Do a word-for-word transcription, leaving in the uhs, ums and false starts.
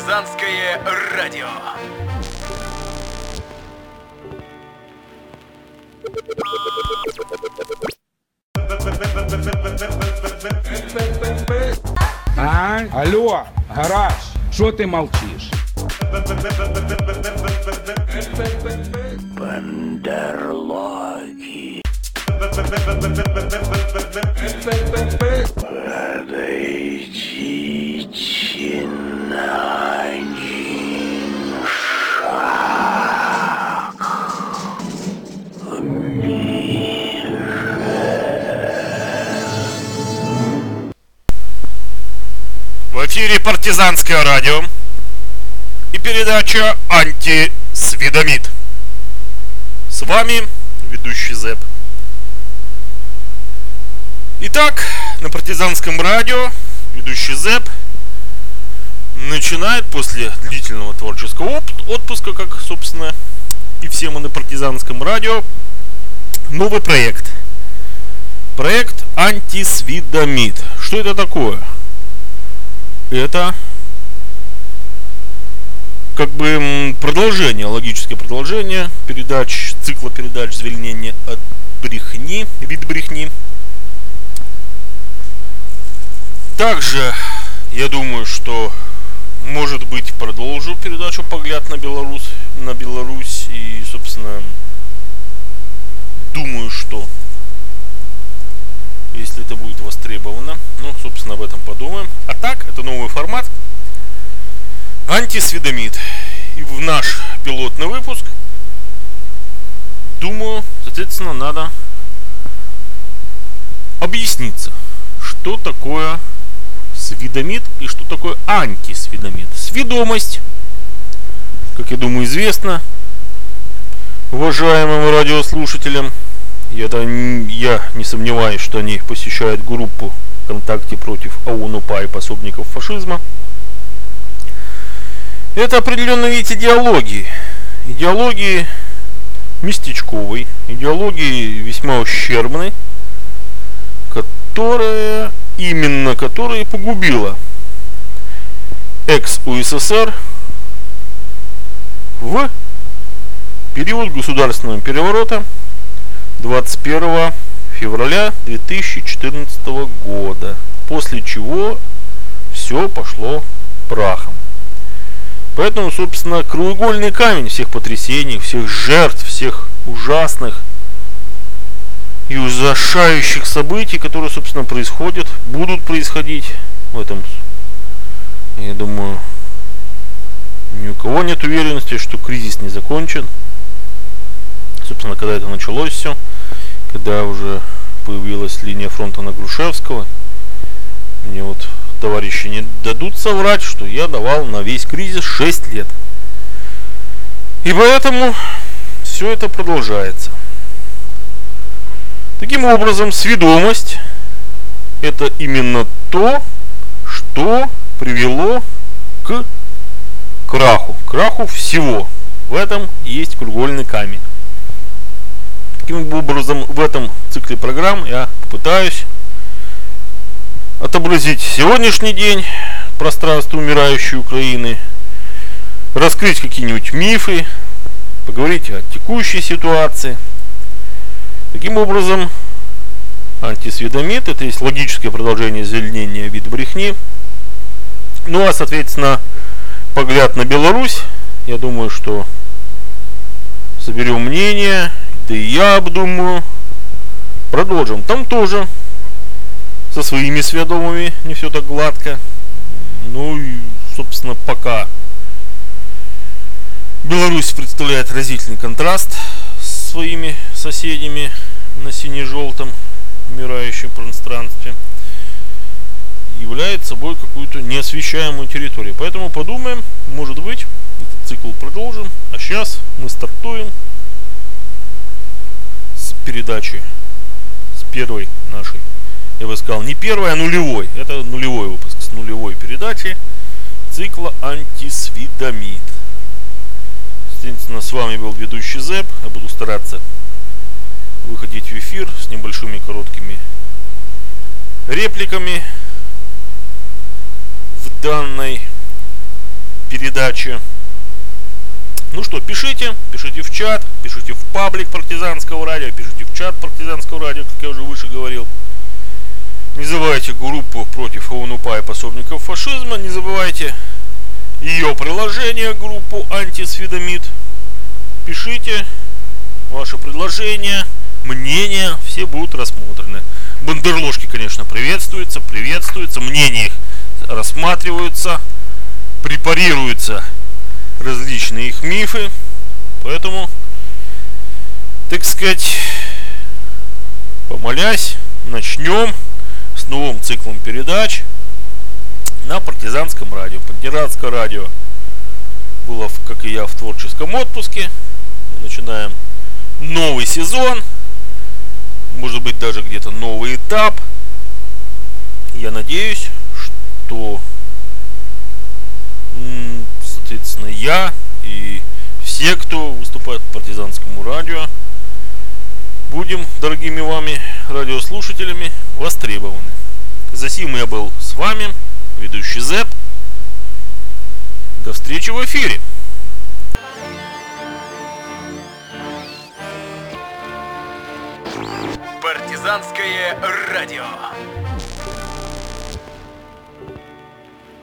Партизанское радио. А? Алло, гараж, що ти мовчиш? Бандерлоги. Подойдите на один шаг. В эфире Партизанское радио и передача «Антисведомит». С вами ведущий Зэп. Итак, на Партизанском радио ведущий Зэп начинает после длительного творческого отпуска, как, собственно, и все мы на Партизанском радио, новый проект. Проект «Антисведомит». Что это такое? Это как бы продолжение, логическое продолжение передач, цикла передач «Звільнення от брехни», вид брехни. Также, я думаю, что, может быть, продолжу передачу «Погляд на Беларусь», на Беларусь и, собственно, думаю, что если это будет востребовано, ну, собственно, об этом подумаем. А так, это новый формат «Антисведомит». И в наш пилотный выпуск, думаю, соответственно, надо объясниться, что такое сведомит и что такое антисведомит. Сведомость, как я думаю, известно уважаемым радиослушателям. Я, я не сомневаюсь, что они посещают группу ВКонтакте против ОУН-УПА и пособников фашизма. Это определенный вид идеологии. Идеологии местечковой, идеологии весьма ущербной, которая, именно которая погубила экс-УССР в период государственного переворота двадцать первого февраля две тысячи четырнадцатого года, после чего все пошло прахом. Поэтому, собственно, краеугольный камень всех потрясений, всех жертв, всех ужасных и ужасающих событий, которые, собственно, происходят, будут происходить в этом, я думаю, ни у кого нет уверенности, что кризис не закончен. Собственно, когда это началось все, когда уже появилась линия фронта на Грушевского, мне вот товарищи не дадут соврать, что я давал на весь кризис шесть лет. И поэтому все это продолжается. Таким образом, сведомость — это именно то, что привело к краху, краху всего. В этом есть краеугольный камень. Таким образом, в этом цикле программ я попытаюсь отобразить сегодняшний день, пространство умирающей Украины, раскрыть какие-нибудь мифы, поговорить о текущей ситуации. Таким образом, антисведомит — это есть логическое продолжение звільнення від брехни. Ну а, соответственно, погляд на Беларусь, я думаю, что соберем мнение, да и я обдумаю, продолжим. Там тоже со своими сведомыми не все так гладко. Ну и, собственно, пока Беларусь представляет разительный контраст с своими соседями на сине-желтом умирающем пространстве, является собой какую-то неосвещаемую территорию. Поэтому подумаем, может быть, этот цикл продолжим. А сейчас мы стартуем с передачи, с первой нашей, я бы сказал, не первой, а нулевой. Это нулевой выпуск с нулевой передачи цикла «Антисведомит». Естественно, с вами был ведущий Зэп. Я буду стараться выходить в эфир с небольшими короткими репликами в данной передачи. Ну что, пишите, пишите в чат, пишите в паблик партизанского радио, пишите в чат партизанского радио, как я уже выше говорил. Не забывайте группу против ОУН-УПА и пособников фашизма, не забывайте ее приложение, группу антисведомит. Пишите ваши предложения, мнения, все будут рассмотрены. Бандерложки, конечно, приветствуются, приветствуются, мнения их рассматриваются, препарируются различные их мифы. Поэтому, так сказать, помолясь, начнем с новым циклом передач на партизанском радио. Партизанское радио было, как и я, в творческом отпуске. Мы начинаем новый сезон, может быть, даже где-то новый этап. Я надеюсь, что, соответственно, я и все, кто выступает по партизанскому радио, будем, дорогими вами радиослушателями, востребованы. Засим я был с вами, ведущий Зэп. До встречи в эфире. Партизанское радио.